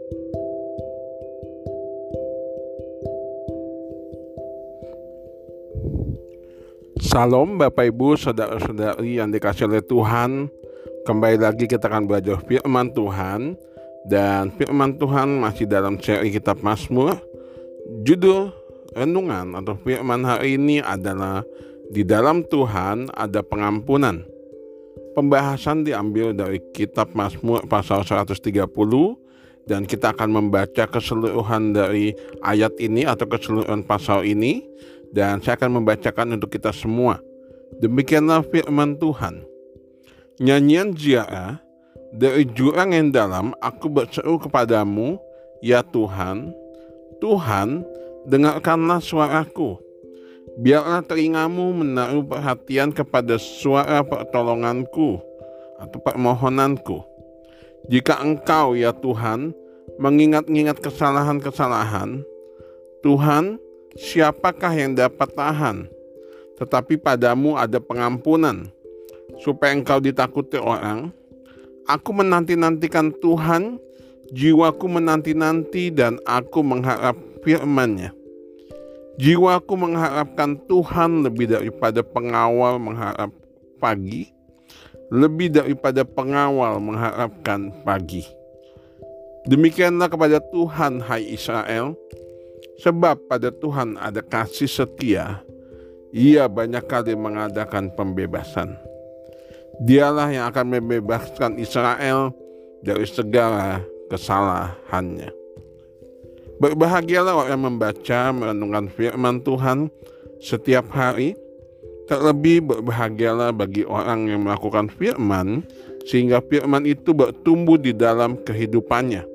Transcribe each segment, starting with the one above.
Salam Bapak Ibu, Saudara-saudari yang dikasihi oleh Tuhan. Kembali lagi kita akan belajar firman Tuhan. Dan firman Tuhan masih dalam seri kitab Mazmur. Judul renungan atau firman hari ini adalah Di dalam Tuhan ada pengampunan. Pembahasan diambil dari kitab Mazmur pasal 130. Dan kita akan membaca keseluruhan dari ayat ini atau keseluruhan pasal ini. Dan saya akan membacakan untuk kita semua. Demikianlah firman Tuhan. Nyanyian ziarah, dari jurang yang dalam aku berseru kepadamu, ya Tuhan. Tuhan, dengarkanlah suaraku. Biarlah telingamu menaruh perhatian kepada suara pertolonganku atau permohonanku. Jika Engkau, ya Tuhan, mengingat-ingat kesalahan-kesalahan, Tuhan, siapakah yang dapat tahan? Tetapi padamu ada pengampunan, supaya Engkau ditakuti orang. Aku menanti-nantikan Tuhan, jiwaku menanti-nanti dan aku mengharap firman-Nya. Jiwaku mengharapkan Tuhan lebih daripada pengawal mengharap pagi, lebih daripada pengawal mengharapkan pagi. Demikianlah kepada Tuhan, hai Israel, sebab pada Tuhan ada kasih setia. Ia banyak kali mengadakan pembebasan. Dialah yang akan membebaskan Israel dari segala kesalahannya. Berbahagialah orang yang membaca, merenungkan firman Tuhan setiap hari. Terlebih berbahagialah bagi orang yang melakukan firman, sehingga firman itu bertumbuh di dalam kehidupannya.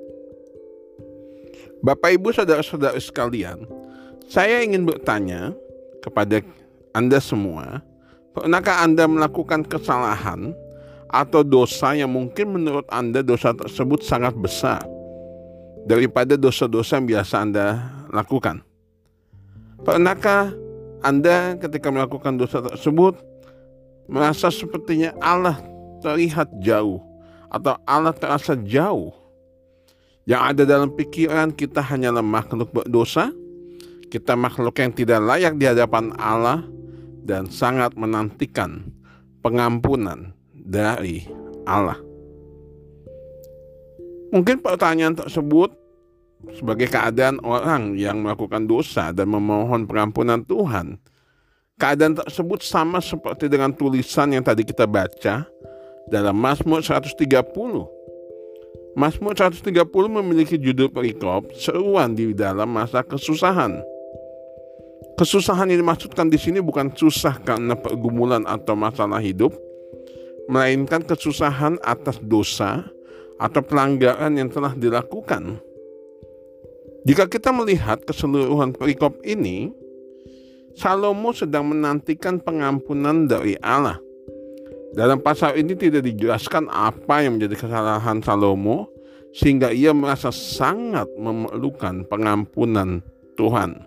Bapak Ibu saudara-saudara sekalian, saya ingin bertanya kepada Anda semua, pernahkah Anda melakukan kesalahan atau dosa yang mungkin menurut Anda dosa tersebut sangat besar daripada dosa-dosa yang biasa Anda lakukan? Pernahkah Anda ketika melakukan dosa tersebut merasa sepertinya Allah terlihat jauh atau Allah terasa jauh? Yang ada dalam pikiran kita hanyalah makhluk berdosa, kita makhluk yang tidak layak di hadapan Allah dan sangat menantikan pengampunan dari Allah. Mungkin pertanyaan tersebut sebagai keadaan orang yang melakukan dosa dan memohon pengampunan Tuhan. Keadaan tersebut sama seperti dengan tulisan yang tadi kita baca dalam Mazmur 130. Mazmur 130 memiliki judul perikop seruan di dalam masa kesusahan. Kesusahan yang dimaksudkan di sini bukan susah karena pergumulan atau masalah hidup, melainkan kesusahan atas dosa atau pelanggaran yang telah dilakukan. Jika kita melihat keseluruhan perikop ini, Salomo sedang menantikan pengampunan dari Allah. Dalam pasal ini tidak dijelaskan apa yang menjadi kesalahan Salomo, sehingga ia merasa sangat memerlukan pengampunan Tuhan.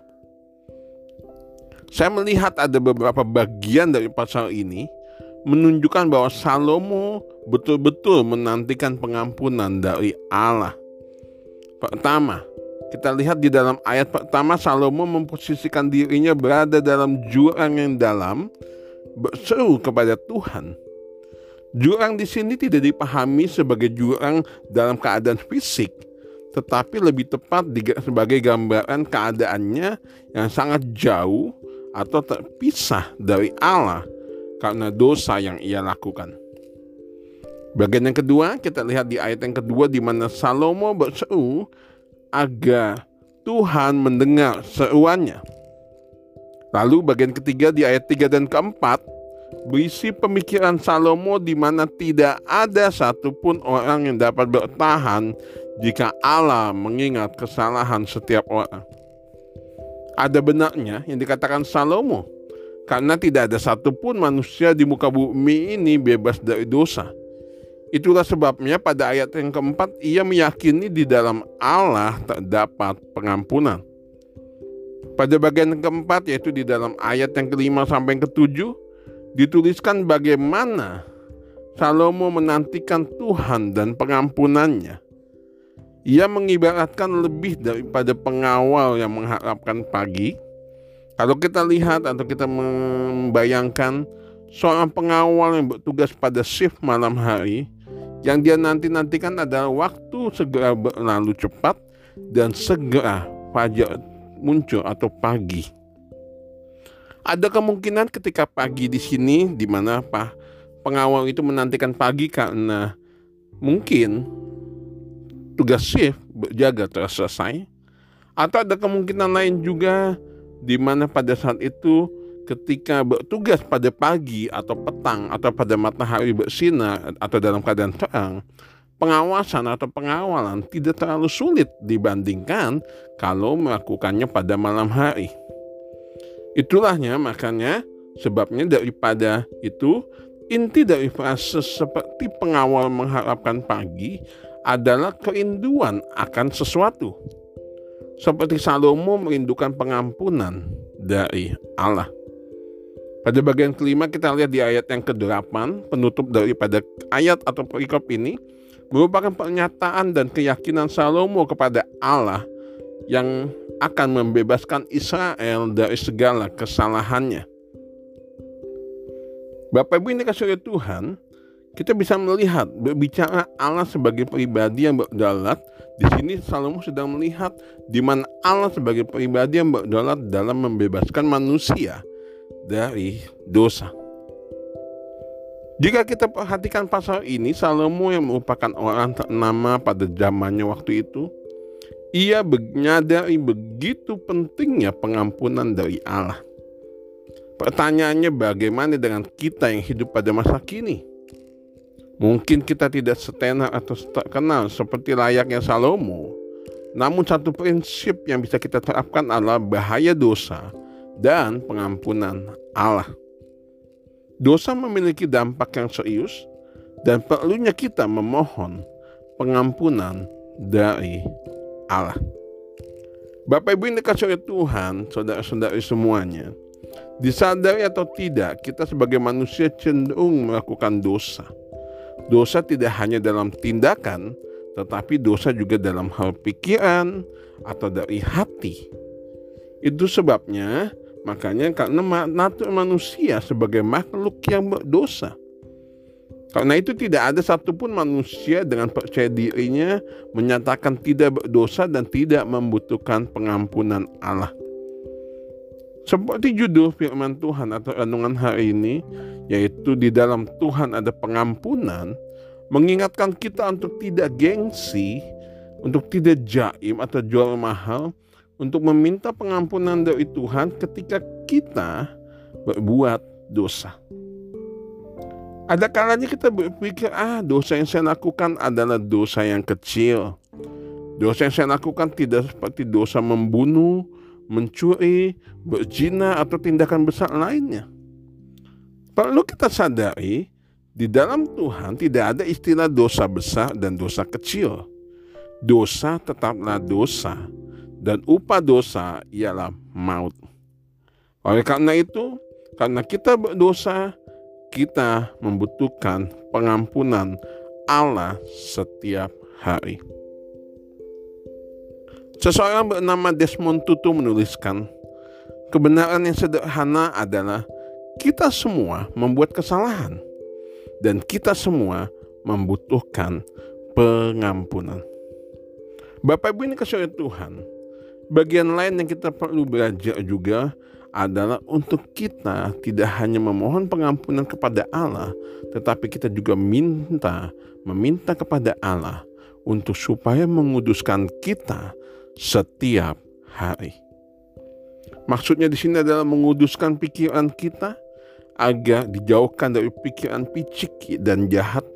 Saya melihat ada beberapa bagian dari pasal ini menunjukkan bahwa Salomo betul-betul menantikan pengampunan dari Allah. Pertama, kita lihat di dalam ayat pertama, Salomo memposisikan dirinya berada dalam jurang yang dalam, berseru kepada Tuhan. Jurang di sini tidak dipahami sebagai jurang dalam keadaan fisik, tetapi lebih tepat sebagai gambaran keadaannya yang sangat jauh atau terpisah dari Allah karena dosa yang ia lakukan. Bagian yang kedua, kita lihat di ayat yang kedua di mana Salomo berseru agar Tuhan mendengar seruannya. Lalu bagian ketiga di ayat 3 dan keempat berisi pemikiran Salomo di mana tidak ada satupun orang yang dapat bertahan jika Allah mengingat kesalahan setiap orang. Ada benarnya yang dikatakan Salomo, karena tidak ada satupun manusia di muka bumi ini bebas dari dosa. Itulah sebabnya pada ayat yang keempat ia meyakini di dalam Allah terdapat pengampunan. Pada bagian yang keempat, yaitu di dalam ayat yang kelima sampai yang ketujuh, dituliskan bagaimana Salomo menantikan Tuhan dan pengampunannya. Ia mengibaratkan lebih daripada pengawal yang mengharapkan pagi. Kalau kita lihat atau kita membayangkan seorang pengawal yang bertugas pada shift malam hari, yang dia nantikan adalah waktu segera berlalu cepat dan segera fajar muncul atau pagi. Ada kemungkinan ketika pagi di sini di mana pengawal itu menantikan pagi karena mungkin tugas shift berjaga telah selesai, atau ada kemungkinan lain juga di mana pada saat itu ketika bertugas pada pagi atau petang atau pada matahari bersinar atau dalam keadaan terang, pengawasan atau pengawalan tidak terlalu sulit dibandingkan kalau melakukannya pada malam hari. Itulahnya makanya sebabnya daripada itu inti dari frase seperti pengawal mengharapkan pagi adalah kerinduan akan sesuatu. Seperti Salomo merindukan pengampunan dari Allah. Pada bagian kelima kita lihat di ayat yang ke-8, penutup daripada ayat atau perikop ini merupakan pernyataan dan keyakinan Salomo kepada Allah yang akan membebaskan Israel dari segala kesalahannya. Bapak Ibu ini kasih oleh Tuhan, kita bisa melihat berbicara Allah sebagai pribadi yang berdaulat. Di sini Salomo sedang melihat di mana Allah sebagai pribadi yang berdaulat dalam membebaskan manusia dari dosa. Jika kita perhatikan pasal ini, Salomo yang merupakan orang ternama pada zamannya waktu itu, ia menyadari begitu pentingnya pengampunan dari Allah. Pertanyaannya, bagaimana dengan kita yang hidup pada masa kini? Mungkin kita tidak setenar atau terkenal seperti layaknya Salomo, namun satu prinsip yang bisa kita terapkan adalah bahaya dosa dan pengampunan Allah. Dosa memiliki dampak yang serius dan perlunya kita memohon pengampunan dari Allah. Bapak Ibu yang dikasihi oleh Tuhan, saudara-saudari semuanya, disadari atau tidak, kita sebagai manusia cenderung melakukan dosa. Dosa tidak hanya dalam tindakan, tetapi dosa juga dalam hal pikiran atau dari hati. Itu sebabnya, makanya karena natur manusia sebagai makhluk yang berdosa. Karena itu tidak ada satupun manusia dengan percaya dirinya menyatakan tidak berdosa dan tidak membutuhkan pengampunan Allah. Seperti judul firman Tuhan atau renungan hari ini, yaitu di dalam Tuhan ada pengampunan, mengingatkan kita untuk tidak gengsi, untuk tidak jaim atau jual mahal, untuk meminta pengampunan dari Tuhan ketika kita berbuat dosa. Ada kalanya kita berpikir, dosa yang saya lakukan adalah dosa yang kecil. Dosa yang saya lakukan tidak seperti dosa membunuh, mencuri, berzina, atau tindakan besar lainnya. Perlu kita sadari, di dalam Tuhan tidak ada istilah dosa besar dan dosa kecil. Dosa tetaplah dosa, dan upah dosa ialah maut. Oleh karena itu, karena kita berdosa, kita membutuhkan pengampunan Allah setiap hari. Seseorang bernama Desmond Tutu menuliskan, kebenaran yang sederhana adalah kita semua membuat kesalahan dan kita semua membutuhkan pengampunan. Bapak Ibu ini kasih oleh Tuhan, bagian lain yang kita perlu belajar juga adalah untuk kita tidak hanya memohon pengampunan kepada Allah, tetapi kita juga meminta kepada Allah untuk supaya menguduskan kita setiap hari. Maksudnya di sini adalah menguduskan pikiran kita agar dijauhkan dari pikiran picik dan jahat.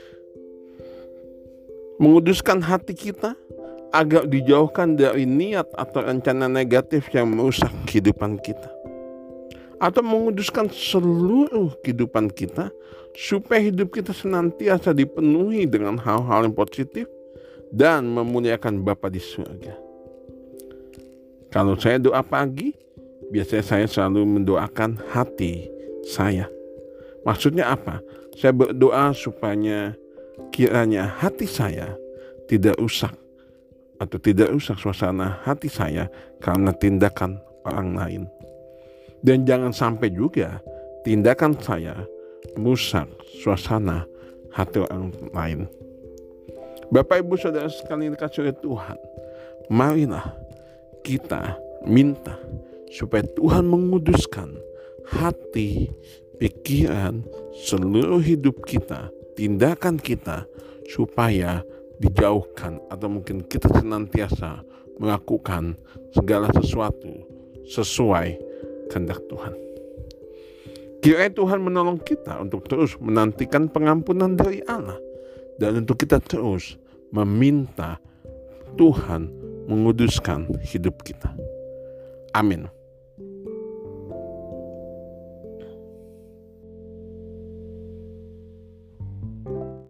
Menguduskan hati kita agar dijauhkan dari niat atau rencana negatif yang merusak kehidupan kita. Atau menguduskan seluruh kehidupan kita supaya hidup kita senantiasa dipenuhi dengan hal-hal yang positif dan memuliakan Bapa di surga. Kalau saya doa pagi, biasanya saya selalu mendoakan hati saya. Maksudnya apa? Saya berdoa supaya kiranya hati saya tidak rusak atau tidak rusak suasana hati saya karena tindakan orang lain. Dan jangan sampai juga tindakan saya merusak suasana hati orang lain. Bapak Ibu Saudara sekalian dikasihi oleh Tuhan, marilah kita minta supaya Tuhan menguduskan hati, pikiran, seluruh hidup kita, tindakan kita, supaya dijauhkan atau mungkin kita senantiasa melakukan segala sesuatu sesuai kehendak Tuhan. Kiranya Tuhan menolong kita untuk terus menantikan pengampunan dari Allah dan untuk kita terus meminta Tuhan menguduskan hidup kita. Amin.